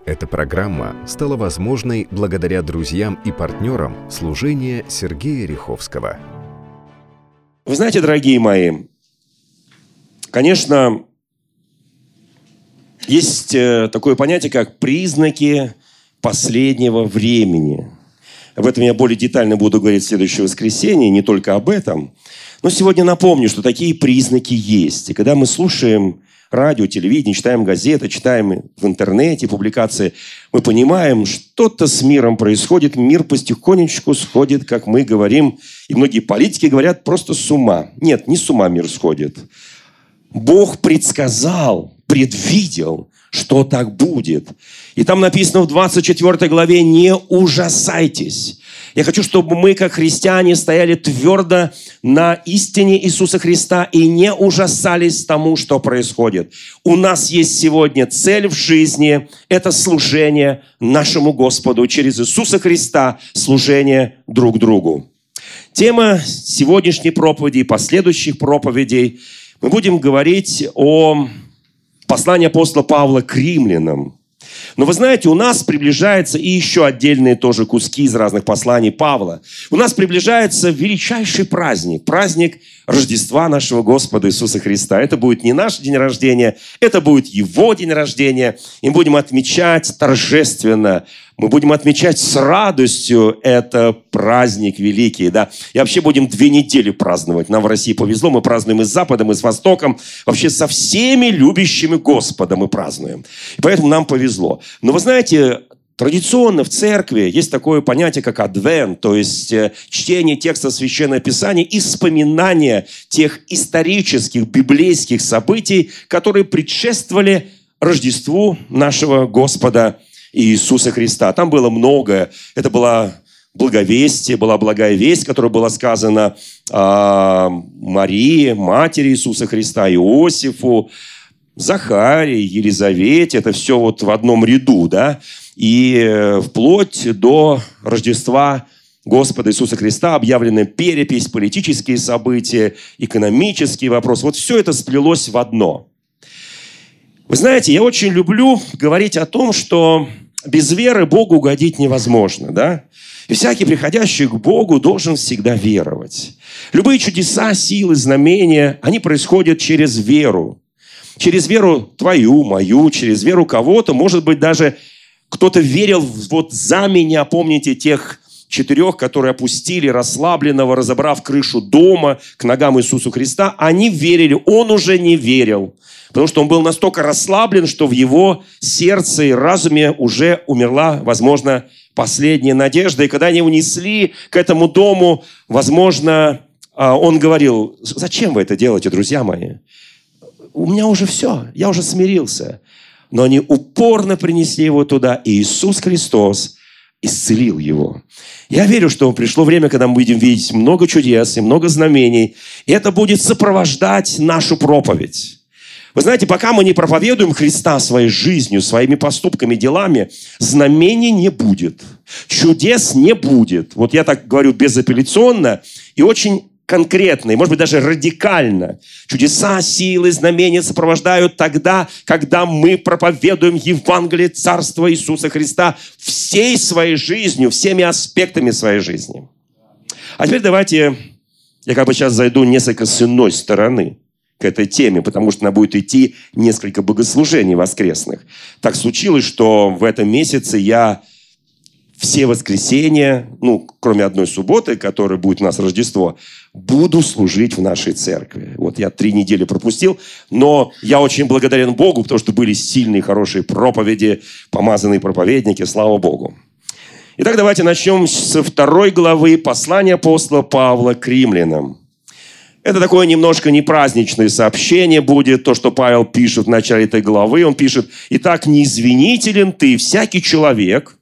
Эта программа стала возможной благодаря друзьям и партнерам служения Сергея Риховского. Вы знаете, дорогие мои, конечно, есть такое понятие, как признаки последнего времени. Об этом я более детально буду говорить в следующее воскресенье, не только об этом. Но сегодня напомню, что такие признаки есть. И когда мы слушаем радио, телевидение, читаем газеты, читаем в интернете публикации, мы понимаем, что-то с миром происходит, мир потихонечку сходит, как мы говорим, и многие политики говорят, просто с ума. Нет, не с ума мир сходит. Бог предсказал, предвидел, что так будет. И там написано в 24 главе: «Не ужасайтесь». Я хочу, чтобы мы, как христиане, стояли твердо на истине Иисуса Христа и не ужасались тому, что происходит. У нас есть сегодня цель в жизни – это служение нашему Господу через Иисуса Христа, служение друг другу. Тема сегодняшней проповеди и последующих проповедей – мы будем говорить о послании апостола Павла к римлянам. Но вы знаете, у нас приближается и еще отдельные тоже куски из разных посланий Павла. У нас приближается величайший праздник, праздник Рождества нашего Господа Иисуса Христа. Это будет не наш день рождения, это будет Его день рождения. И мы будем отмечать торжественно, мы будем отмечать с радостью. Это праздник великий, да. И вообще будем 2 недели праздновать. Нам в России повезло, мы празднуем и с Западом, и с Востоком. Вообще со всеми любящими Господа мы празднуем. И поэтому нам повезло. Но вы знаете, традиционно в церкви есть такое понятие, как адвент, то есть чтение текста Священного Писания и вспоминание тех исторических библейских событий, которые предшествовали Рождеству нашего Господа Иисуса Христа. Там было многое. Это была благовестие, была благая весть, которая была сказана Марии, матери Иисуса Христа, Иосифу, Захарии, Елизавете. Это все вот в одном ряду, да? И вплоть до Рождества Господа Иисуса Христа объявлена перепись, политические события, экономические вопросы. Вот все это сплелось в одно. Вы знаете, я очень люблю говорить о том, что без веры Богу угодить невозможно, да? И всякий, приходящий к Богу, должен всегда веровать. Любые чудеса, силы, знамения, они происходят через веру. Через веру твою, мою, через веру кого-то. Может быть, даже кто-то верил вот за меня. Помните тех 4, которые опустили расслабленного, разобрав крышу дома к ногам Иисуса Христа? Они верили, он уже не верил. Потому что он был настолько расслаблен, что в его сердце и разуме уже умерла, возможно, последняя надежда. И когда они унесли к этому дому, возможно, он говорил: «Зачем вы это делаете, друзья мои? У меня уже все, я уже смирился». Но они упорно принесли его туда, и Иисус Христос исцелил его. Я верю, что пришло время, когда мы будем видеть много чудес и много знамений, и это будет сопровождать нашу проповедь. Вы знаете, пока мы не проповедуем Христа своей жизнью, своими поступками, делами, знамений не будет, чудес не будет. Вот я так говорю безапелляционно и очень конкретно, и, может быть, даже радикально. Чудеса, силы, знамения сопровождают тогда, когда мы проповедуем Евангелие Царства Иисуса Христа всей своей жизнью, всеми аспектами своей жизни. А теперь давайте я сейчас зайду несколько с иной стороны к этой теме, потому что она будет идти несколько богослужений воскресных. Так случилось, что в этом месяце я все воскресенья, кроме одной субботы, которая будет у нас Рождество, буду служить в нашей церкви. Вот я 3 недели пропустил, но я очень благодарен Богу, потому что были сильные, хорошие проповеди, помазанные проповедники, слава Богу. Итак, давайте начнем со 2 главы послания апостола Павла к римлянам. Это такое немножко непраздничное сообщение будет, то, что Павел пишет в начале этой главы. Он пишет: «Итак, неизвинителен ты, всякий человек,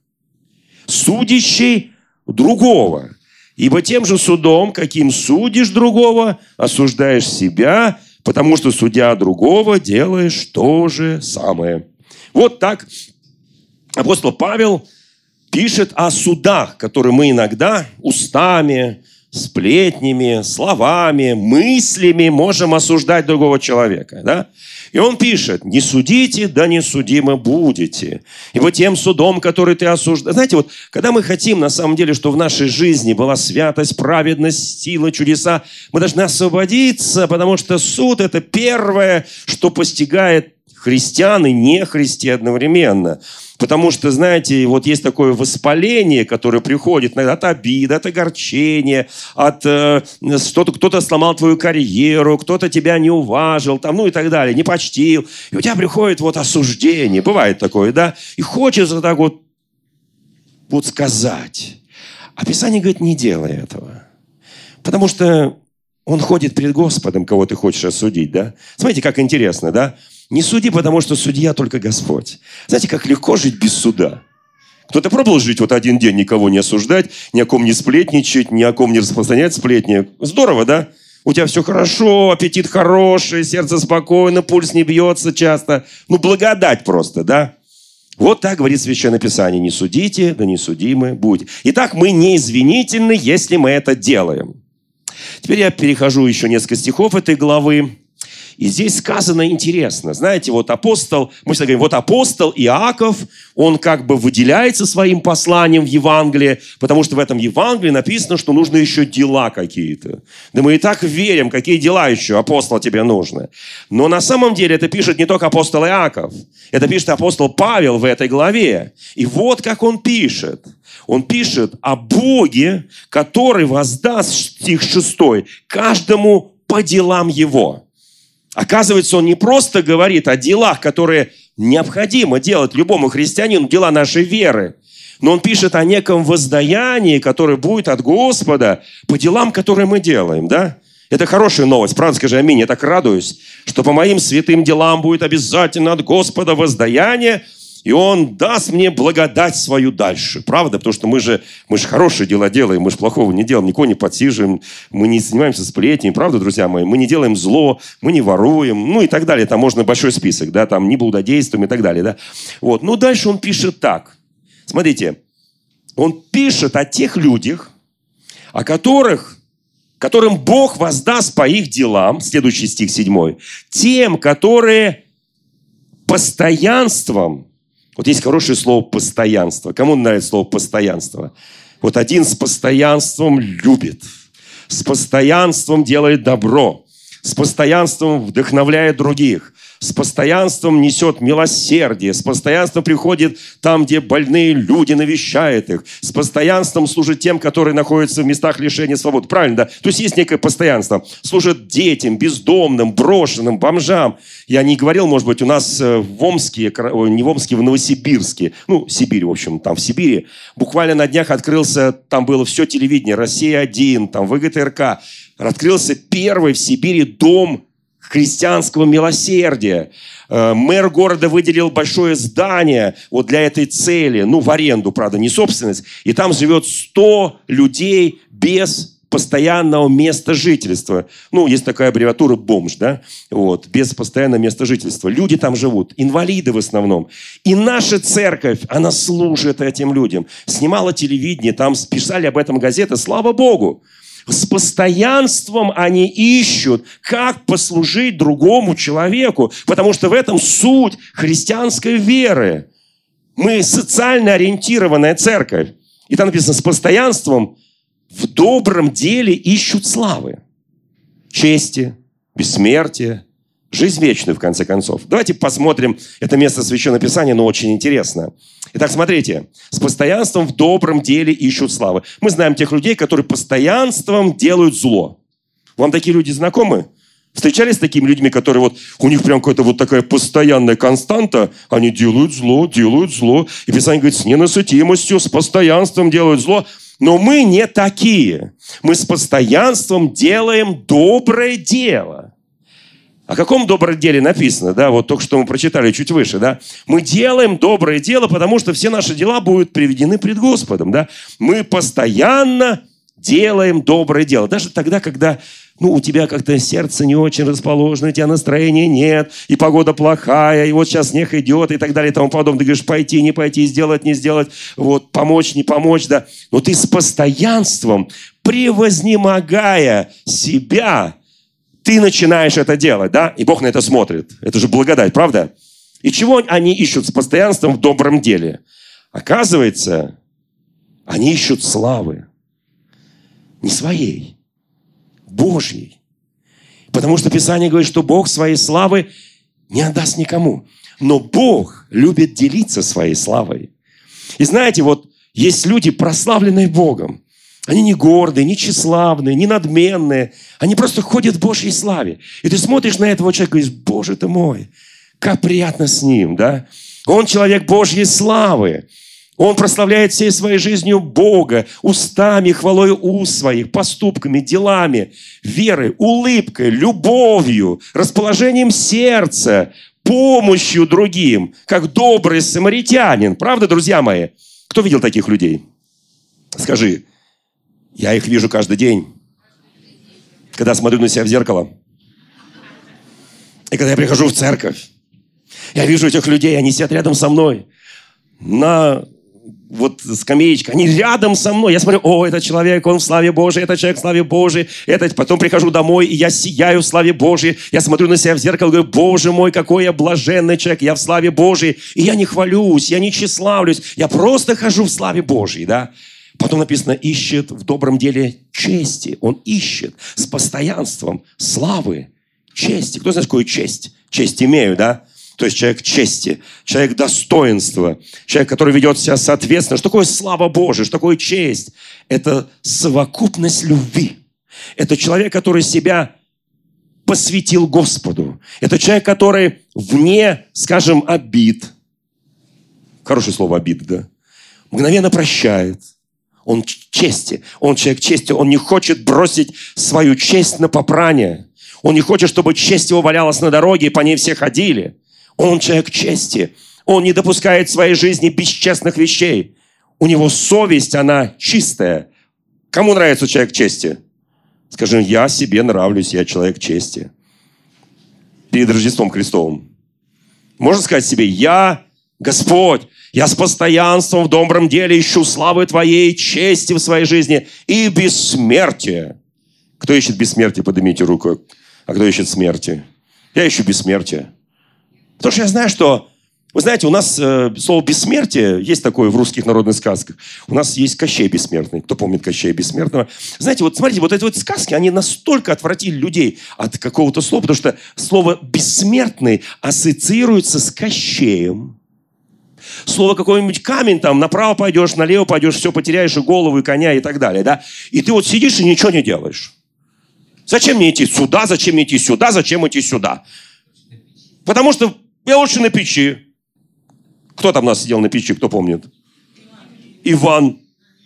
судящий другого. Ибо тем же судом, каким судишь другого, осуждаешь себя, потому что, судя другого, делаешь то же самое». Вот так апостол Павел пишет о судах, которые мы иногда устами, сплетнями, словами, мыслями можем осуждать другого человека. Да? И он пишет: «Не судите, да не судимы будете. Ибо тем судом, который ты осуждаешь». Знаете, вот когда мы хотим, на самом деле, что в нашей жизни была святость, праведность, сила, чудеса, мы должны освободиться, потому что суд – это первое, что постигает христиан и нехристиан одновременно. Потому что, знаете, вот есть такое воспаление, которое приходит от обиды, от огорчения, от что-то, кто-то сломал твою карьеру, кто-то тебя не уважил, там, ну и так далее, не почтил. И у тебя приходит вот осуждение. Бывает такое, да? И хочется так вот сказать. А Писание говорит: не делай этого. Потому что он ходит перед Господом, кого ты хочешь осудить, да? Смотрите, как интересно, да? Не суди, потому что судья только Господь. Знаете, как легко жить без суда? Кто-то пробовал жить вот один день, никого не осуждать, ни о ком не сплетничать, ни о ком не распространять сплетни? Здорово, да? У тебя все хорошо, аппетит хороший, сердце спокойно, пульс не бьется часто. Ну, благодать просто, да? Вот так говорит Священное Писание: не судите, да не судимы будете. Итак, мы не извинительны, если мы это делаем. Теперь я перехожу еще несколько стихов этой главы. И здесь сказано интересно. Знаете, вот апостол, мы всегда говорим, вот апостол Иаков, он как бы выделяется своим посланием в Евангелии, потому что в этом Евангелии написано, что нужны еще дела какие-то. Да мы и так верим, какие дела еще, апостол, тебе нужны. Но на самом деле это пишет не только апостол Иаков, это пишет апостол Павел в этой главе. И вот как он пишет. Он пишет о Боге, который воздаст, стих 6, каждому по делам его. Оказывается, он не просто говорит о делах, которые необходимо делать любому христианину, дела нашей веры, но он пишет о неком воздаянии, которое будет от Господа по делам, которые мы делаем, да? Это хорошая новость, правда, скажи аминь. Я так радуюсь, что по моим святым делам будет обязательно от Господа воздаяние, и Он даст мне благодать свою дальше. Правда? Потому что мы же хорошие дела делаем, мы же плохого не делаем, никого не подсиживаем, мы не занимаемся сплетнями. Правда, друзья мои? Мы не делаем зло, мы не воруем, ну и так далее. Там можно большой список, да, там не блудодействуем и так далее, да. Вот. Но дальше он пишет так. Смотрите, он пишет о тех людях, которым Бог воздаст по их делам, следующий стих 7, тем, которые постоянством. Вот есть хорошее слово «постоянство». Кому нравится слово «постоянство»? Вот один с постоянством любит, с постоянством делает добро, с постоянством вдохновляет других, с постоянством несет милосердие, с постоянством приходит там, где больные люди, навещает их, с постоянством служит тем, которые находятся в местах лишения свободы. Правильно, да? То есть есть некое постоянство. Служит детям, бездомным, брошенным, бомжам. Я не говорил, может быть, у нас в Омске, не в Омске, в Новосибирске, ну, Сибирь, в общем, там в Сибири, буквально на днях открылся, там было все телевидение, «Россия-1», там ВГТРК, открылся первый в Сибири дом христианского милосердия. Мэр города выделил большое здание вот для этой цели, ну, в аренду, правда, не собственность, и там живет 100 людей без постоянного места жительства. Ну, есть такая аббревиатура «бомж», да? Вот, без постоянного места жительства. Люди там живут, инвалиды в основном. И наша церковь, она служит этим людям. Снимала телевидение, там писали об этом газеты, слава Богу. С постоянством они ищут, как послужить другому человеку, потому что в этом суть христианской веры. Мы социально ориентированная церковь. И там написано, с постоянством в добром деле ищут славы, чести, бессмертия, жизнь вечную, в конце концов. Давайте посмотрим это место Священного Писания, но очень интересно. Итак, смотрите. С постоянством в добром деле ищут славы. Мы знаем тех людей, которые постоянством делают зло. Вам такие люди знакомы? Встречались с такими людьми, которые вот, у них прям какая-то вот такая постоянная константа, они делают зло, и Писание говорит, с ненасытимостью, с постоянством делают зло. Но мы не такие. Мы с постоянством делаем доброе дело. О каком добром деле написано, да, вот только что мы прочитали чуть выше, да. Мы делаем доброе дело, потому что все наши дела будут приведены пред Господом, да. Мы постоянно делаем доброе дело. Даже тогда, когда, у тебя как-то сердце не очень расположено, у тебя настроения нет, и погода плохая, и вот сейчас снег идет, и так далее, и тому подобное. Ты говоришь, пойти, не пойти, сделать, не сделать, вот, помочь, не помочь, да. Но ты с постоянством, превознемогая себя, ты начинаешь это делать, да? И Бог на это смотрит. Это же благодать, правда? И чего они ищут с постоянством в добром деле? Оказывается, они ищут славы. Не своей, Божьей. Потому что Писание говорит, что Бог своей славы не отдаст никому. Но Бог любит делиться своей славой. И знаете, вот есть люди, прославленные Богом. Они не гордые, не тщеславные, не надменные. Они просто ходят в Божьей славе. И ты смотришь на этого человека и говоришь: Боже ты мой, как приятно с ним, да? Он человек Божьей славы. Он прославляет всей своей жизнью Бога, устами, хвалой уст своих, поступками, делами, верой, улыбкой, любовью, расположением сердца, помощью другим, как добрый самаритянин. Правда, друзья мои? Кто видел таких людей? Скажи: я их вижу каждый день, когда смотрю на себя в зеркало. И когда я прихожу в церковь, я вижу этих людей, они сидят рядом со мной на скамеечка, они рядом со мной. Я смотрю: о, этот человек, он в славе Божией, этот человек в славе Божией. Потом прихожу домой, и я сияю в славе Божией. Я смотрю на себя в зеркало и говорю: Боже мой, какой я блаженный человек, я в славе Божией. И я не хвалюсь, я не тщеславлюсь, я просто хожу в славе Божией, да. Потом написано: ищет в добром деле чести. Он ищет с постоянством славы, чести. Кто знает, какую честь? Честь имею, да? То есть человек чести, человек достоинства, человек, который ведет себя соответственно. Что такое слава Божия? Что такое честь? Это совокупность любви. Это человек, который себя посвятил Господу. Это человек, который вне, скажем, обид. Хорошее слово обид, да? Мгновенно прощает. Он чести. Он человек чести. Он не хочет бросить свою честь на попрание. Он не хочет, чтобы честь его валялась на дороге, и по ней все ходили. Он человек чести. Он не допускает в своей жизни бесчестных вещей. У него совесть, она чистая. Кому нравится человек чести? Скажем: я себе нравлюсь, я человек чести. Перед Рождеством Христовым. Можно сказать себе: я, Господь, я с постоянством в добром деле ищу славы Твоей, чести в своей жизни и бессмертия. Кто ищет бессмертие? Поднимите руку. А кто ищет смерти? Я ищу бессмертие. Потому что я знаю, что... Вы знаете, у нас слово «бессмертие» есть такое в русских народных сказках. У нас есть Кощей Бессмертный. Кто помнит Кощея Бессмертного? Знаете, вот смотрите, вот эти вот сказки, они настолько отвратили людей от какого-то слова, потому что слово «бессмертный» ассоциируется с Кощеем. Слово какой-нибудь камень, там, направо пойдешь, налево пойдешь, все потеряешь, и голову, и коня, и так далее, да? И ты вот сидишь и ничего не делаешь. Зачем мне идти сюда, зачем мне идти сюда, зачем идти сюда? Потому что я лучше на печи. Кто там у нас сидел на печи, кто помнит? Иван.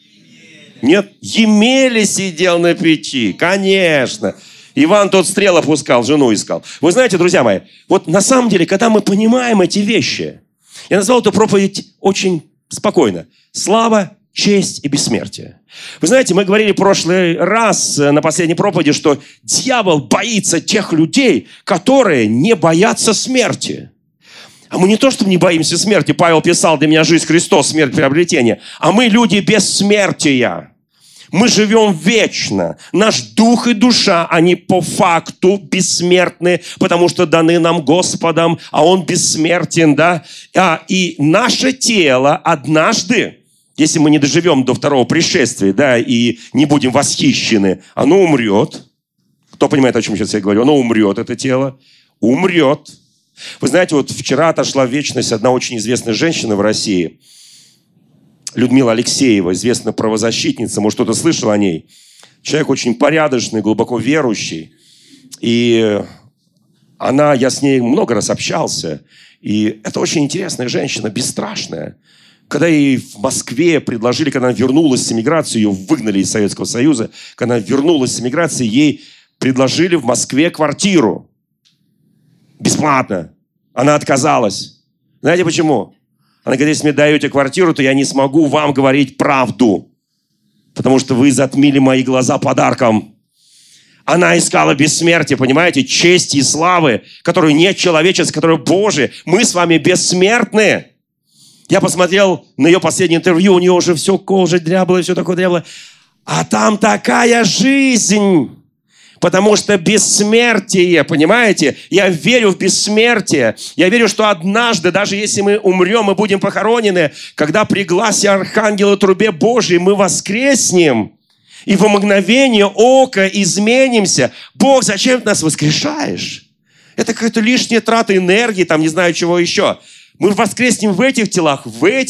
Нет? Емеля сидел на печи, конечно. Иван тот стрел опускал, жену искал. Вы знаете, друзья мои, вот на самом деле, когда мы понимаем эти вещи, я назвал эту проповедь очень спокойно. Слава, честь и бессмертие. Вы знаете, мы говорили в прошлый раз на последней проповеди, что дьявол боится тех людей, которые не боятся смерти. А мы не то, что не боимся смерти. Павел писал: для меня жизнь Христос, смерть приобретение. А мы люди бессмертия. Мы живем вечно. Наш дух и душа, они по факту бессмертны, потому что даны нам Господом, а Он бессмертен, да? И наше тело однажды, если мы не доживем до второго пришествия, да, и не будем восхищены, оно умрет. Кто понимает, о чем сейчас я говорю? Оно умрет, это тело. Умрет. Вы знаете, вот вчера отошла в вечность одна очень известная женщина в России, Людмила Алексеева, известная правозащитница. Может, кто-то слышал о ней. Человек очень порядочный, глубоко верующий. И я с ней много раз общался. И это очень интересная женщина, бесстрашная. Когда ей в Москве предложили, когда она вернулась с эмиграции, ее выгнали из Советского Союза, когда она вернулась с эмиграции, ей предложили в Москве квартиру. Бесплатно. Она отказалась. Знаете почему? Она говорит: если мне даете квартиру, то я не смогу вам говорить правду. Потому что вы затмили мои глаза подарком. Она искала бессмертие, понимаете? Чести и славы, которую нет человеческой, которая Божия. Мы с вами бессмертны. Я посмотрел на ее последнее интервью, у нее уже все кожа дряблая, все такое дряблое. А там такая жизнь. Потому что бессмертие, понимаете? Я верю в бессмертие. Я верю, что однажды, даже если мы умрем и будем похоронены, когда при гласе архангела трубе Божьей мы воскреснем, и во мгновение ока изменимся. Бог, зачем ты нас воскрешаешь? Это какая-то лишняя трата энергии, там не знаю чего еще. Мы воскреснем в этих телах,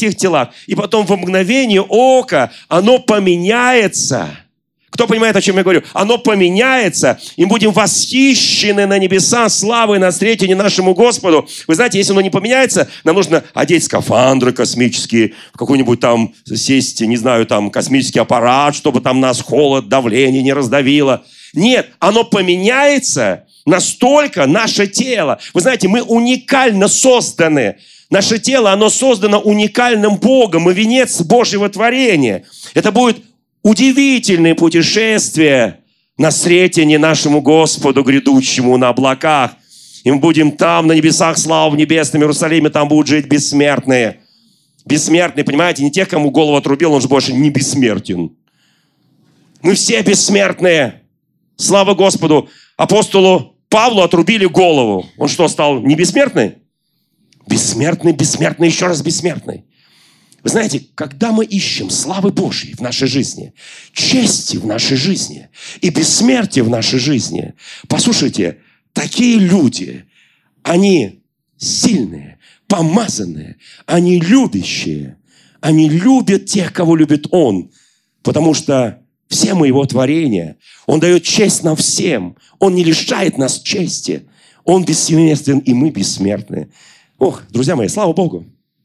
и потом во мгновение ока оно поменяется. Кто понимает, о чем я говорю? Оно поменяется, и будем восхищены на небеса славой на встретение нашему Господу. Вы знаете, если оно не поменяется, нам нужно одеть скафандры космические, в какой-нибудь там сесть, не знаю, там космический аппарат, чтобы там нас холод, давление не раздавило. Нет, оно поменяется настолько, наше тело. Вы знаете, мы уникально созданы. Наше тело, оно создано уникальным Богом, и венец Божьего творения. Это будет удивительное путешествие на встретение нашему Господу грядущему на облаках. И мы будем там, на небесах, слава в небесном Иерусалиме, там будут жить бессмертные. Бессмертные, понимаете, не тех, кому голову отрубил, он же больше не бессмертен. Мы все бессмертные. Слава Господу. Апостолу Павлу отрубили голову. Он что, стал не бессмертный? Бессмертный, бессмертный, еще раз бессмертный. Вы знаете, когда мы ищем славы Божьей в нашей жизни, чести в нашей жизни и бессмертия в нашей жизни, послушайте, такие люди, они сильные, помазанные, они любящие, они любят тех, кого любит Он, потому что все мы Его творения, Он дает честь нам всем, Он не лишает нас чести, Он бессмертен, и мы бессмертны. Ох, друзья мои, слава Богу!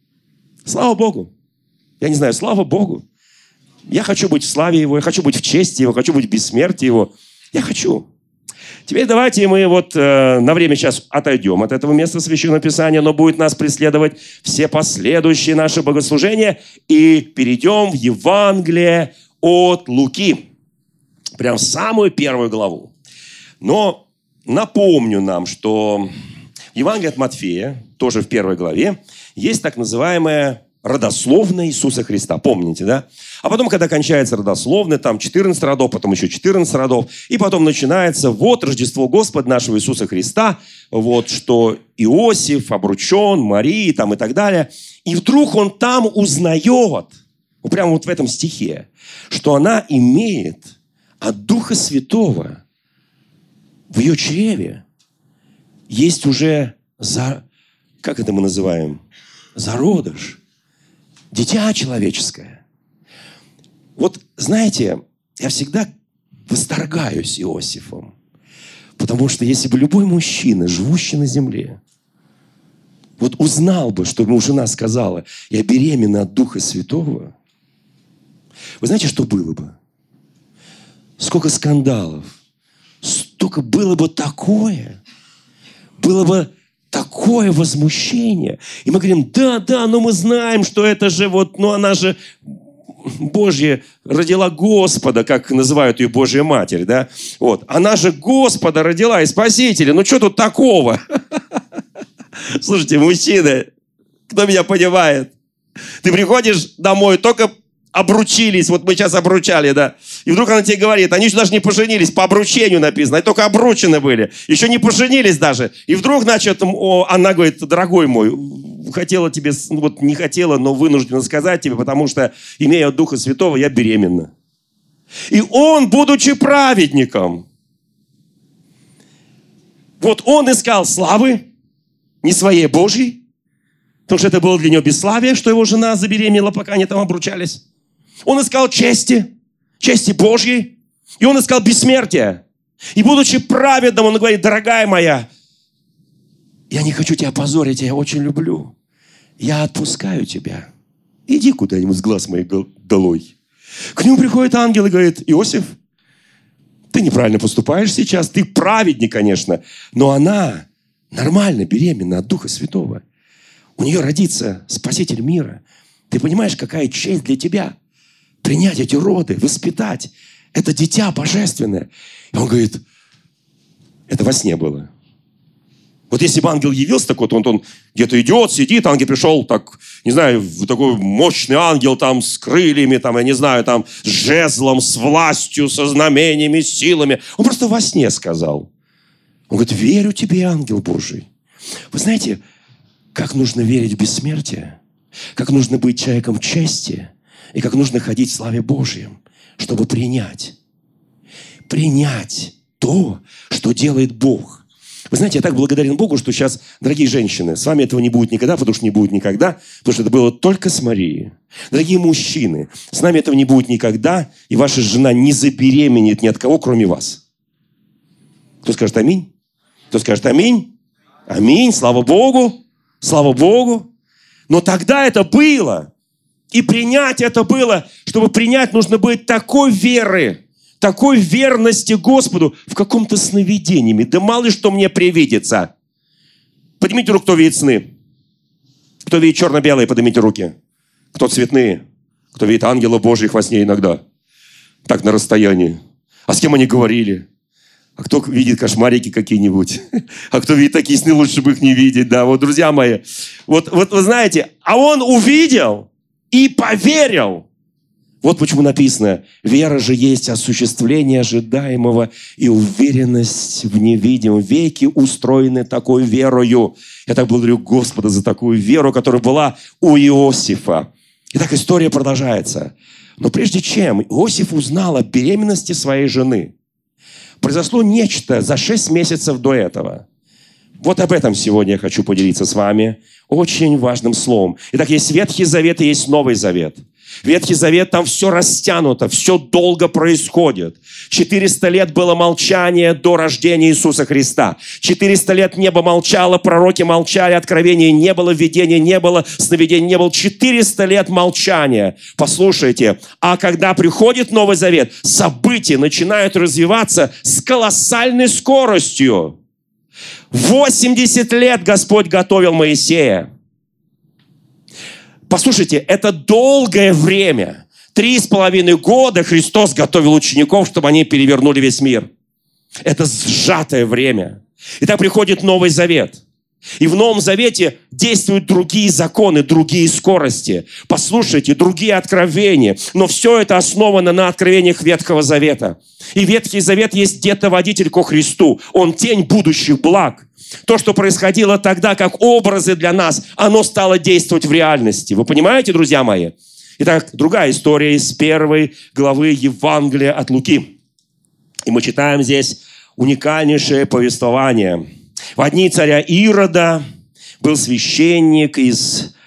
Слава Богу! Я не знаю, слава Богу. Я хочу быть в славе Его, я хочу быть в чести Его, хочу быть в бессмертии Его. Я хочу. Теперь давайте мы на время сейчас отойдем от этого места Священного Писания, но будет нас преследовать все последующие наши богослужения, и перейдем в Евангелие от Луки. Прям в самую первую главу. Но напомню нам, что в Евангелии от Матфея, тоже в первой главе, есть так называемая родословная Иисуса Христа. Помните, да? А потом, когда кончается родословная, там 14 родов, потом еще 14 родов, и потом начинается Рождество Господа нашего Иисуса Христа, что Иосиф обручен, Марии там и так далее. И вдруг он там узнает, прямо в этом стихе, что она имеет от Духа Святого в ее чреве. Есть уже, как это мы называем, зародыш. Дитя человеческое. Знаете, я всегда восторгаюсь Иосифом. Потому что если бы любой мужчина, живущий на земле, узнал бы, что ему жена сказала, я беременна от Духа Святого, вы знаете, что было бы? Сколько скандалов, столько было бы такое возмущение. И мы говорим, да, но мы знаем, что это же она же Божья, родила Господа, как называют ее Божья Матерь, да? Она же Господа родила и Спасителя. Что тут такого? Слушайте, мужчины, кто меня понимает? Ты приходишь домой, только обручились, мы сейчас обручали, да. И вдруг она тебе говорит, они еще даже не поженились, по обручению написано, они только обручены были, еще не поженились даже. И вдруг, она говорит, дорогой мой, хотела тебе, не хотела, но вынуждена сказать тебе, потому что, имея от Духа Святого, я беременна. И он, будучи праведником, он искал славы, не своей Божьей, потому что это было для него бесславие, что его жена забеременела, пока они там обручались. Он искал чести Божьей, и он искал бессмертия. И будучи праведным, он говорит, дорогая моя, я не хочу тебя позорить, я очень люблю. Я отпускаю тебя. Иди куда-нибудь с глаз моих долой. К нему приходит ангел и говорит, Иосиф, ты неправильно поступаешь сейчас, ты праведник, конечно, но она нормально беременна от Духа Святого. У нее родится Спаситель мира. Ты понимаешь, какая честь для тебя принять эти роды, воспитать это дитя божественное. И он говорит, это во сне было. Вот если бы ангел явился, так вот он где-то идет, сидит, ангел пришел, так, не знаю, такой мощный ангел там с крыльями, там, я не знаю, там, с жезлом, с властью, со знамениями, с силами. Он просто во сне сказал. Он говорит, верю тебе, ангел Божий. Вы знаете, как нужно верить в бессмертие, как нужно быть человеком чести и как нужно ходить в славе Божьем, чтобы принять то, что делает Бог. Вы знаете, я так благодарен Богу, что сейчас, дорогие женщины, с вами этого не будет никогда, потому что не будет никогда, потому что это было только с Марией. Дорогие мужчины, с нами этого не будет никогда, и ваша жена не забеременеет ни от кого, кроме вас. Кто скажет аминь? Кто скажет аминь? Аминь, слава Богу, слава Богу. Но тогда это было, и принять это было. Чтобы принять, нужно быть такой веры, такой верности Господу в каком-то сновидении. Да мало ли что мне привидится. Поднимите руку, кто видит сны. Кто видит черно-белые, поднимите руки. Кто цветные. Кто видит ангелов Божьих во сне иногда. Так, на расстоянии. А с кем они говорили? А кто видит кошмарики какие-нибудь? А кто видит такие сны, лучше бы их не видеть. Да, вот, друзья мои. Вот вы знаете, а он увидел и поверил. Вот почему написано, вера же есть осуществление ожидаемого и уверенность в невидимом. Веки устроены такой верою. Я так благодарю Господа за такую веру, которая была у Иосифа. Итак, история продолжается. Но прежде чем Иосиф узнал о беременности своей жены, произошло нечто за 6 месяцев до этого. Вот об этом сегодня я хочу поделиться с вами очень важным словом. Итак, есть Ветхий Завет и есть Новый Завет. Ветхий Завет, там все растянуто, все долго происходит. 400 лет было молчание до рождения Иисуса Христа. 400 лет небо молчало, пророки молчали, откровения не было, видения не было, сновидений не было. 400 лет молчания. Послушайте, а когда приходит Новый Завет, события начинают развиваться с колоссальной скоростью. 80 лет Господь готовил Моисея. Послушайте, это долгое время. 3,5 года Христос готовил учеников, чтобы они перевернули весь мир. Это сжатое время. И так приходит Новый Завет. И в Новом Завете действуют другие законы, другие скорости. Послушайте, другие откровения. Но все это основано на откровениях Ветхого Завета. И Ветхий Завет есть где-то водитель ко Христу. Он тень будущих благ. То, что происходило тогда, как образы для нас, оно стало действовать в реальности. Вы понимаете, друзья мои? Итак, другая история из 1 главы Евангелия от Луки. И мы читаем здесь уникальнейшее повествование. В дни царя Ирода был священник из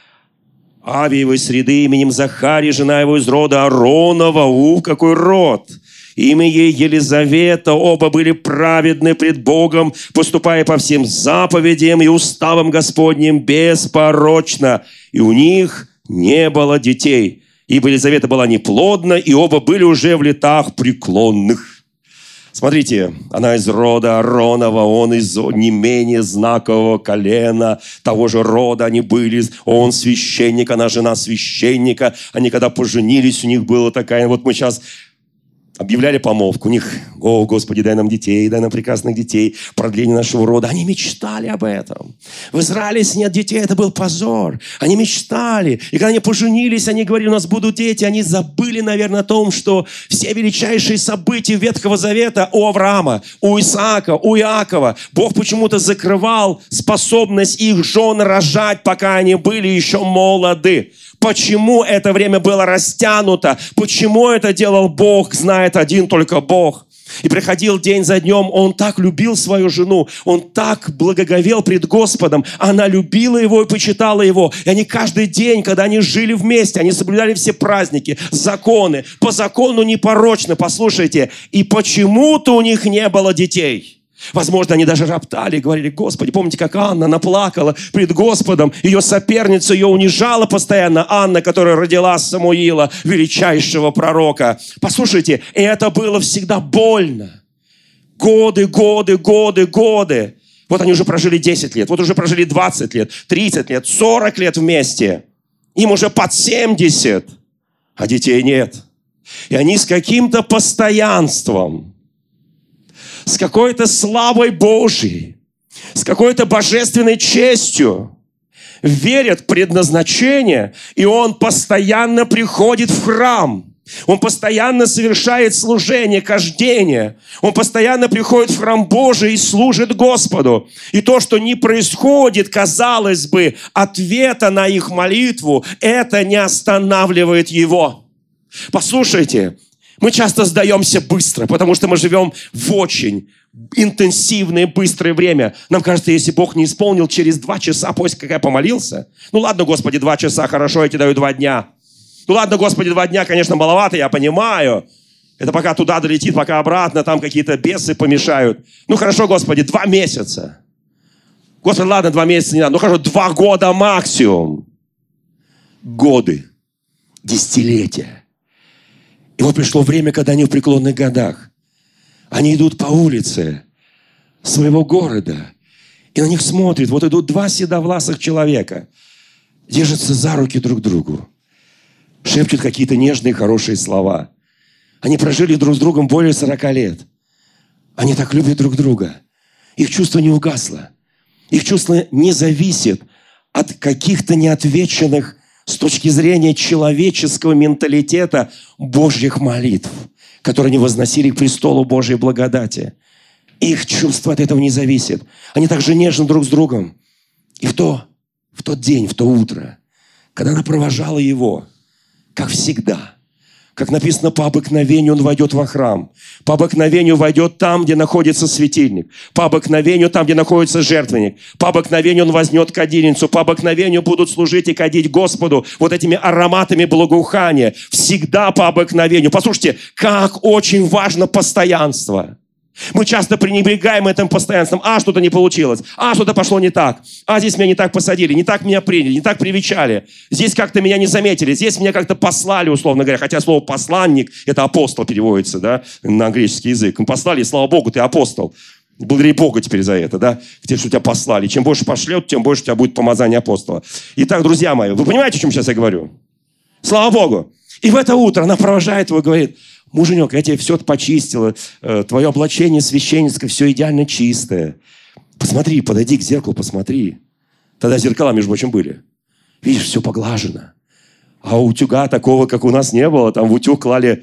Авиевой среды именем Захарий, жена его из рода Ааронова. Какой род! Имя ей Елизавета, оба были праведны пред Богом, поступая по всем заповедям и уставам Господним беспорочно. И у них не было детей, ибо Елизавета была неплодна, и оба были уже в летах преклонных. Смотрите, она из рода Ааронова, он из не менее знакового колена, того же рода они были. Он священник, она жена священника. Они когда поженились, у них была такая, вот мы сейчас объявляли помолвку. У них, о, Господи, дай нам детей, дай нам прекрасных детей, продление нашего рода. Они мечтали об этом. В Израиле, если нет детей, это был позор. Они мечтали. И когда они поженились, они говорили, у нас будут дети. Они забыли, наверное, о том, что все величайшие события Ветхого Завета у Авраама, у Исаака, у Иакова, Бог почему-то закрывал способность их жен рожать, пока они были еще молоды. Почему это время было растянуто? Почему это делал Бог, знает один только Бог. И приходил день за днем, он так любил свою жену, он так благоговел пред Господом, она любила его и почитала его. И они каждый день, когда они жили вместе, они соблюдали все праздники, законы, по закону непорочно, послушайте. И почему-то у них не было детей. Возможно, они даже роптали, говорили, Господи, помните, как Анна наплакала пред Господом, ее соперница ее унижала постоянно, Анна, которая родила Самуила, величайшего пророка. Послушайте, и это было всегда больно. Годы. Вот они уже прожили 10 лет, вот уже прожили 20 лет, 30 лет, 40 лет вместе. Им уже под 70, а детей нет. И они с каким-то постоянством, с какой-то славой Божьей, с какой-то божественной честью, верят в предназначение, и он постоянно приходит в храм. Он постоянно совершает служение, кождение. Он постоянно приходит в храм Божий и служит Господу. И то, что не происходит, казалось бы, ответа на их молитву, это не останавливает его. Послушайте, мы часто сдаемся быстро, потому что мы живем в очень интенсивное, быстрое время. Нам кажется, если Бог не исполнил через 2 часа, после как я помолился, ну ладно, Господи, 2 часа, хорошо, я тебе даю 2 дня. Ну ладно, Господи, 2 дня, конечно, маловато, я понимаю. Это пока туда долетит, пока обратно, там какие-то бесы помешают. Ну хорошо, Господи, 2 месяца. Господи, ладно, 2 месяца не надо. Ну хорошо, 2 года максимум. Годы, десятилетия. И вот пришло время, когда они в преклонных годах. Они идут по улице своего города. И на них смотрят. Вот идут 2 седовласых человека. Держатся за руки друг к другу. Шепчут какие-то нежные, хорошие слова. Они прожили друг с другом более 40 лет. Они так любят друг друга. Их чувство не угасло. Их чувство не зависит от каких-то неотвеченных с точки зрения человеческого менталитета Божьих молитв, которые они возносили к престолу Божьей благодати. Их чувство от этого не зависит. Они также нежны друг с другом. И в тот день, в то утро, когда она провожала его, как всегда, как написано, по обыкновению он войдет во храм. По обыкновению войдет там, где находится светильник. По обыкновению там, где находится жертвенник. По обыкновению он возьмет кадильницу. По обыкновению будут служить и кадить Господу вот этими ароматами благоухания. Всегда по обыкновению. Послушайте, как очень важно постоянство. Мы часто пренебрегаем этим постоянством. Что-то не получилось. Что-то пошло не так. Здесь меня не так посадили, не так меня приняли, не так привечали. Здесь как-то меня не заметили, здесь меня как-то послали, условно говоря. Хотя слово «посланник» — это апостол переводится, да, на греческий язык. Мы послали, и слава Богу, ты апостол. Благодари Бога теперь за это, да, что тебя послали. Чем больше пошлет, тем больше у тебя будет помазание апостола. Итак, друзья мои, вы понимаете, о чем сейчас я говорю? Слава Богу. И в это утро она провожает его и говорит: муженек, я тебе все почистила, твое облачение священническое, все идеально чистое. Посмотри, подойди к зеркалу, посмотри. Тогда зеркала, между прочим, были. Видишь, все поглажено. А утюга такого, как у нас, не было. Там в утюг клали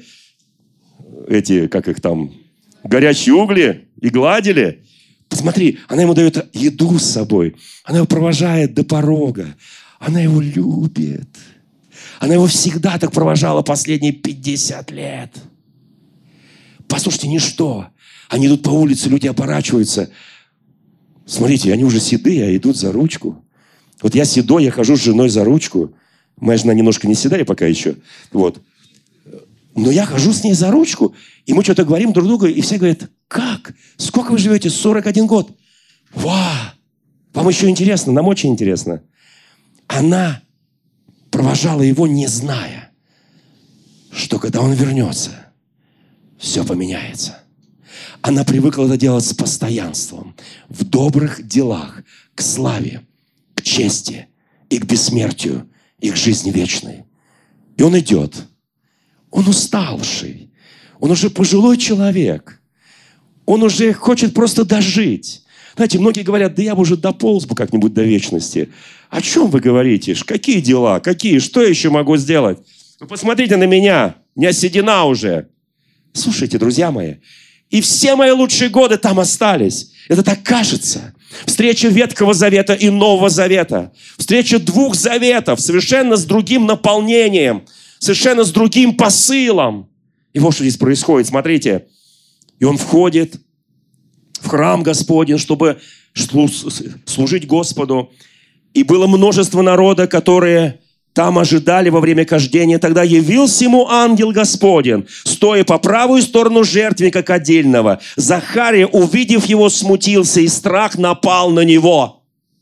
горячие угли и гладили. Посмотри, она ему дает еду с собой. Она его провожает до порога. Она его любит. Она его всегда так провожала последние 50 лет. Послушайте, ничто. Они идут по улице, люди оборачиваются. Смотрите, они уже седые, а идут за ручку. Вот я седой, я хожу с женой за ручку. Моя жена немножко не седая пока еще. Вот. Но я хожу с ней за ручку, и мы что-то говорим друг другу, и все говорят: как? Сколько вы живете? 41 год. Вау! Вам еще интересно? Нам очень интересно. Она провожала его, не зная, что когда он вернется, все поменяется. Она привыкла это делать с постоянством, в добрых делах, к славе, к чести и к бессмертию, и к жизни вечной. И он идет. Он уставший. Он уже пожилой человек. Он уже хочет просто дожить. Знаете, многие говорят: да я бы уже дополз бы как-нибудь до вечности. О чем вы говорите? Какие дела? Какие? Что я еще могу сделать? Вы посмотрите на меня. У меня седина уже. Слушайте, друзья мои, и все мои лучшие годы там остались. Это так кажется. Встреча Ветхого Завета и Нового Завета. Встреча 2 заветов, совершенно с другим наполнением, совершенно с другим посылом. И вот что здесь происходит, смотрите. И он входит в храм Господень, чтобы служить Господу. И было множество народа, которые там ожидали во время кождения. Тогда явился ему ангел Господень, стоя по правую сторону жертвенника кадильного. Захария, увидев его, смутился, и страх напал на него.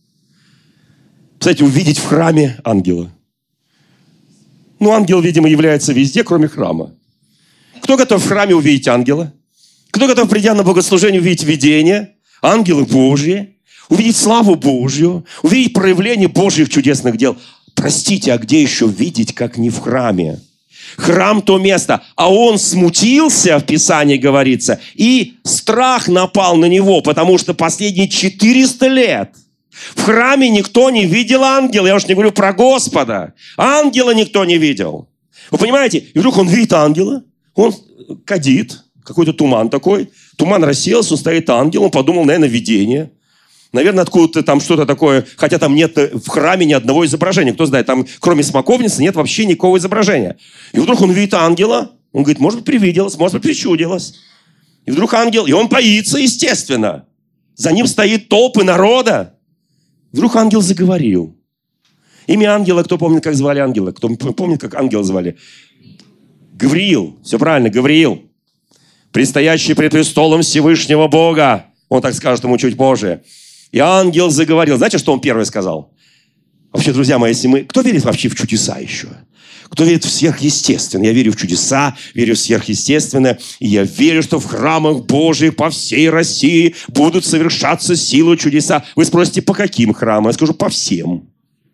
Кстати, увидеть в храме ангела. Ангел, видимо, является везде, кроме храма. Кто готов в храме увидеть ангела? Кто готов, придя на богослужение, увидеть видение? Ангелы Божьи. Увидеть славу Божью. Увидеть проявление Божьих чудесных дел. Простите, а где еще видеть, как не в храме? Храм – то место. А он смутился, в Писании говорится, и страх напал на него, потому что последние 400 лет в храме никто не видел ангела. Я уж не говорю про Господа. Ангела никто не видел. Вы понимаете? И вдруг он видит ангела, он кадит, какой-то туман такой. Туман рассеялся, он стоит ангел, он подумал, наверное, видение. Наверное, откуда-то там что-то такое, хотя там нет в храме ни одного изображения. Кто знает, там кроме смоковницы нет вообще никакого изображения. И вдруг он видит ангела, он говорит, может быть, привиделось, может быть, причудилось. И вдруг ангел, и он боится, естественно. За ним стоит толпы народа. Вдруг ангел заговорил. Имя ангела, кто помнит, как звали ангела? Кто помнит, как ангела звали? Гавриил. Все правильно, Гавриил. Предстоящий пред престолом Всевышнего Бога. Он так скажет ему чуть позже. И ангел заговорил. Знаете, что он первый сказал? Вообще, друзья мои, если мы... Кто верит вообще в чудеса еще? Кто верит в сверхъестественное? Я верю в чудеса, верю в сверхъестественное. И я верю, что в храмах Божьих по всей России будут совершаться силы чудеса. Вы спросите, по каким храмам? Я скажу, по всем.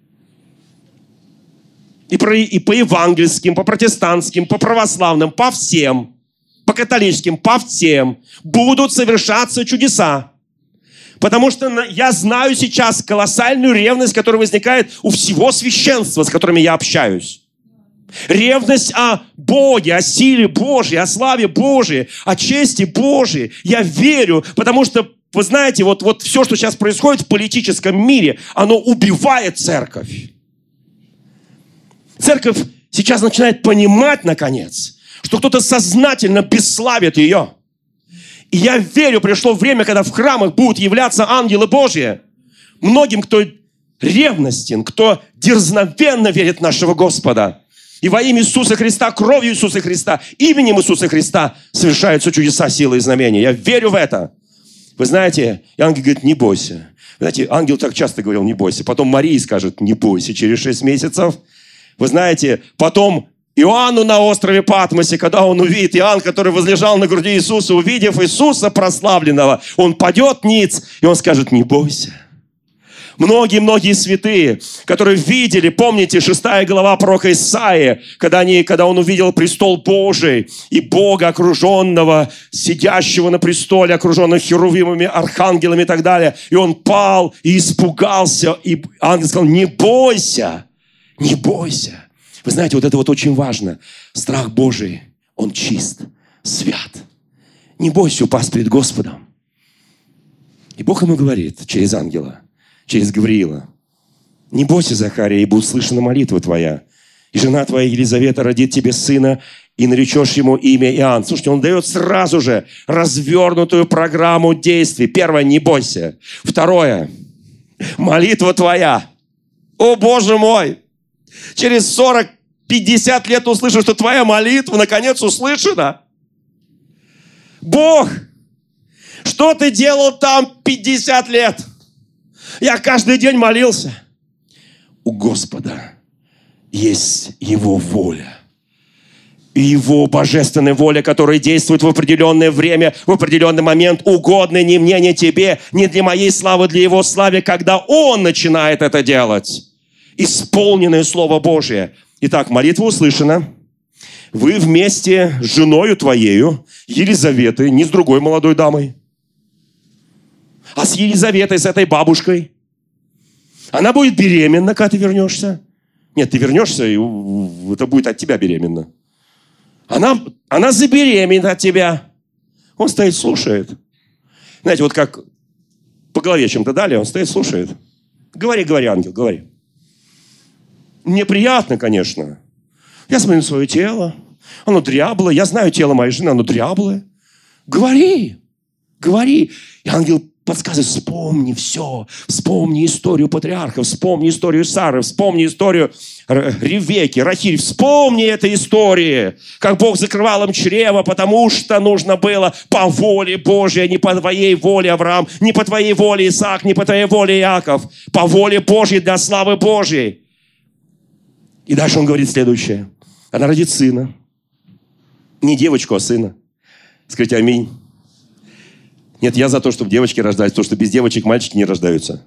И по евангельским, по протестантским, по православным, по всем. По католическим, по всем. Будут совершаться чудеса. Потому что я знаю сейчас колоссальную ревность, которая возникает у всего священства, с которыми я общаюсь. Ревность о Боге, о силе Божьей, о славе Божьей, о чести Божьей. Я верю, потому что, вы знаете, вот все, что сейчас происходит в политическом мире, оно убивает церковь. Церковь сейчас начинает понимать, наконец, что кто-то сознательно бесславит ее. И я верю, пришло время, когда в храмах будут являться ангелы Божьи. Многим, кто ревностен, кто дерзновенно верит в нашего Господа. И во имя Иисуса Христа, кровью Иисуса Христа, именем Иисуса Христа совершаются чудеса, силы и знамения. Я верю в это. Вы знаете, и ангел говорит, не бойся. Вы знаете, ангел так часто говорил, не бойся. Потом Марии скажет, не бойся, через 6 месяцев. Вы знаете, потом Иоанну на острове Патмосе, когда он увидит, Иоанн, который возлежал на груди Иисуса, увидев Иисуса прославленного, он падет ниц, и он скажет, не бойся. Многие-многие святые, которые видели, помните, 6 глава пророка Исаии, когда он увидел престол Божий и Бога, окруженного, сидящего на престоле, окруженного херувимами, архангелами и так далее, и он пал и испугался, и ангел сказал, не бойся, не бойся. Вы знаете, вот это вот очень важно. Страх Божий, он чист, свят. Не бойся упасть перед Господом. И Бог ему говорит через ангела, через Гавриила. Не бойся, Захария, ибо услышана молитва твоя. И жена твоя Елизавета родит тебе сына, и наречешь ему имя Иоанн. Слушайте, он дает сразу же развернутую программу действий. Первое, не бойся. Второе, молитва твоя. О, Боже мой! Через 40-50 лет услышишь, что твоя молитва наконец услышана. Бог, что ты делал там 50 лет? Я каждый день молился. У Господа есть Его воля. И Его божественная воля, которая действует в определенное время, в определенный момент, угодная ни мне, ни тебе, ни для моей славы, для Его славы, когда Он начинает это делать. Исполненное Слово Божие. Итак, молитва услышана. Вы вместе с женою твоею, Елизаветой, не с другой молодой дамой, а с Елизаветой, с этой бабушкой. Она будет беременна, когда ты вернешься. Нет, ты вернешься, и это будет от тебя беременна. Она забеременеет от тебя. Он стоит, слушает. Знаете, вот как по голове чем-то дали, он стоит, слушает. Говори, ангел, говори. Мне приятно, конечно. Я смотрю на свое тело. Оно дряблое. Я знаю тело моей жены, оно дряблое. Говори. И ангел подсказывает, вспомни все. Вспомни историю патриархов, вспомни историю Сары, вспомни историю Ревекки, Рахиль. Вспомни этой истории, как Бог закрывал им чрево, потому что нужно было по воле Божьей, не по твоей воле, Авраам, не по твоей воле, Исаак, не по твоей воле, Иаков, по воле Божьей для славы Божьей. И дальше он говорит следующее. Она родит сына. Не девочку, а сына. Скажите аминь. Нет, я за то, чтобы девочки рождались, потому что без девочек мальчики не рождаются.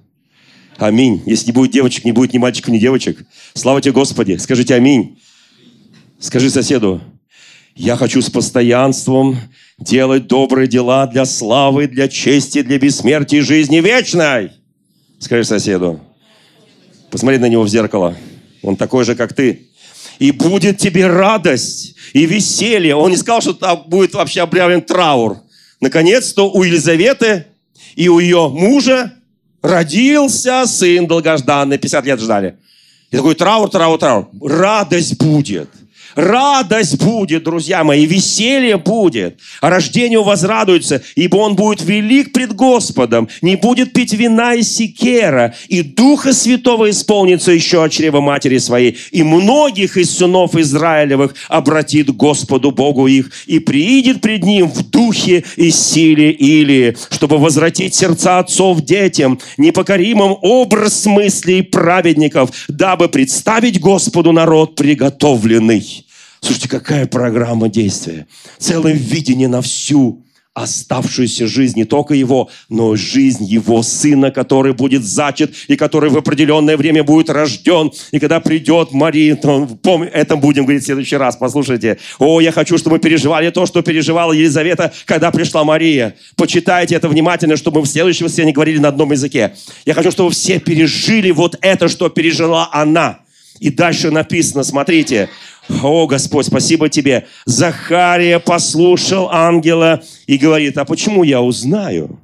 Аминь. Если не будет девочек, не будет ни мальчиков, ни девочек. Слава тебе, Господи. Скажите аминь. Скажи соседу: я хочу с постоянством делать добрые дела для славы, для чести, для бессмертия и жизни вечной. Скажи соседу. Посмотри на него в зеркало. Он такой же, как ты. И будет тебе радость и веселье. Он не сказал, что там будет вообще объявлен траур. Наконец-то у Елизаветы и у ее мужа родился сын долгожданный. 50 лет ждали. И такой траур. Радость будет. Радость будет, друзья мои, веселье будет. А рождению возрадуется, ибо он будет велик пред Господом, не будет пить вина и сикера, и Духа Святого исполнится еще от чрева матери своей, и многих из сынов Израилевых обратит к Господу Богу их, и приидет пред ним в духе и силе Илии, чтобы возвратить сердца отцов детям, непокоримым образ мыслей праведников, дабы представить Господу народ приготовленный. Слушайте, какая программа действия. Целое видение на всю оставшуюся жизнь. Не только его, но жизнь его сына, который будет зачат и который в определенное время будет рожден. И когда придет Мария, то это будем говорить в следующий раз. Послушайте. Я хочу, чтобы мы переживали то, что переживала Елизавета, когда пришла Мария. Почитайте это внимательно, чтобы мы в следующем воскресенье говорили на одном языке. Я хочу, чтобы все пережили вот это, что пережила она. И дальше написано, смотрите. О, Господь, спасибо Тебе. Захария послушал ангела и говорит: а почему я узнаю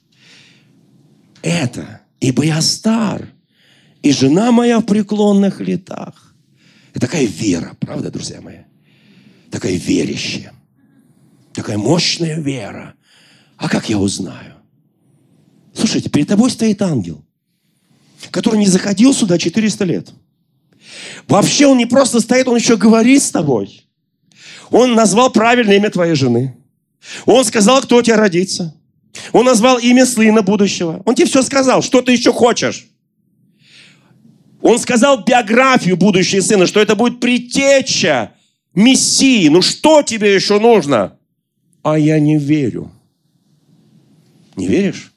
это? Ибо я стар, и жена моя в преклонных летах. Это такая вера, правда, друзья мои? Такая верящая. Такая мощная вера. А как я узнаю? Слушайте, перед тобой стоит ангел, который не заходил сюда 400 лет. Вообще он не просто стоит, он еще говорит с тобой. Он назвал правильное имя твоей жены. Он сказал, кто у тебя родится. Он назвал имя сына будущего. Он тебе все сказал, что ты еще хочешь. Он сказал биографию будущего сына, что это будет предтеча Мессии. Ну что тебе еще нужно? А я не верю. Не веришь?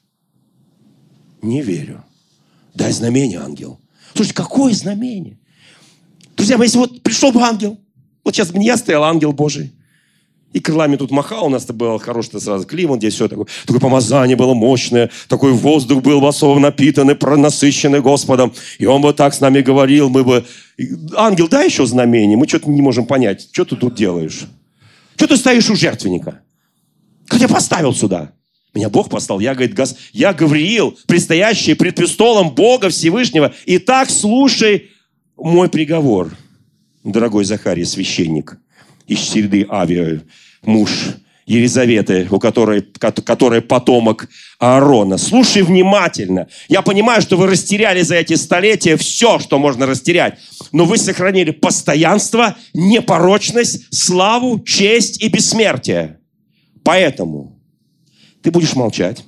Не верю. Дай знамение, ангел. Слушайте, какое знамение? Друзья мои, если вот пришел бы ангел, вот сейчас бы не я стоял, а ангел Божий, и крылами тут махал, у нас-то был хороший сразу климат, здесь все такое помазание было мощное, такой воздух был особо напитанный, насыщенный Господом, и он бы так с нами говорил, мы бы... Ангел, дай еще знамение, мы что-то не можем понять, что ты тут делаешь? Что ты стоишь у жертвенника? Кто тебя поставил сюда? Меня Бог послал, я, говорит, я Гавриил, предстоящий пред престолом Бога Всевышнего, и так слушай мой приговор, дорогой Захарий, священник, из среды Авия, муж Елизаветы, у которой потомок Аарона. Слушай внимательно. Я понимаю, что вы растеряли за эти столетия все, что можно растерять, но вы сохранили постоянство, непорочность, славу, честь и бессмертие. Поэтому ты будешь молчать,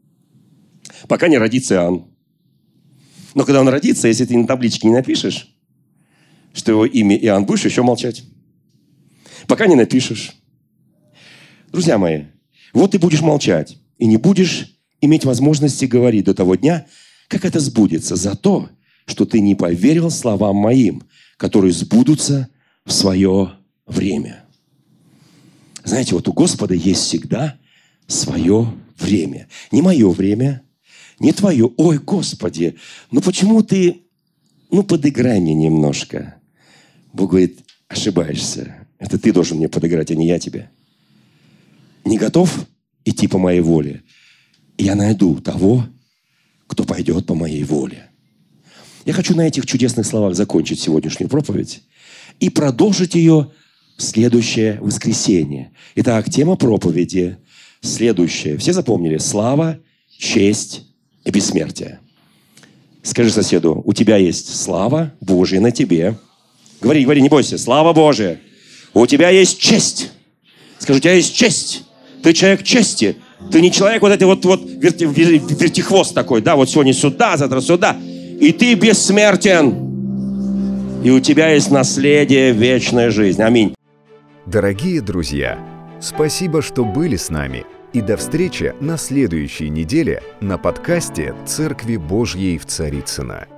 пока не родится Иоанн. Но когда он родится, если ты на табличке не напишешь, что его имя Иоанн, будешь еще молчать. Пока не напишешь. Друзья мои, вот ты будешь молчать и не будешь иметь возможности говорить до того дня, как это сбудется, за то, что ты не поверил словам моим, которые сбудутся в свое время. Знаете, вот у Господа есть всегда свое время. Не мое время, не твое. Ой, Господи, почему ты... подыграй мне немножко. Бог говорит: ошибаешься. Это ты должен мне подыграть, а не я тебе. Не готов идти по моей воле? Я найду того, кто пойдет по моей воле. Я хочу на этих чудесных словах закончить сегодняшнюю проповедь и продолжить ее в следующее воскресенье. Итак, тема проповеди следующая. Все запомнили? Слава, честь и бессмертие. Скажи соседу: у тебя есть слава Божия на тебе. Говори, не бойся. Слава Божия. У тебя есть честь. Скажи: у тебя есть честь. Ты человек чести. Ты не человек вот этой вот вертихвост такой, да, вот сегодня сюда, завтра сюда. И ты бессмертен. И у тебя есть наследие, вечная жизнь. Аминь. Дорогие друзья, спасибо, что были с нами. И до встречи на следующей неделе на подкасте «Церкви Божьей в Царицыно».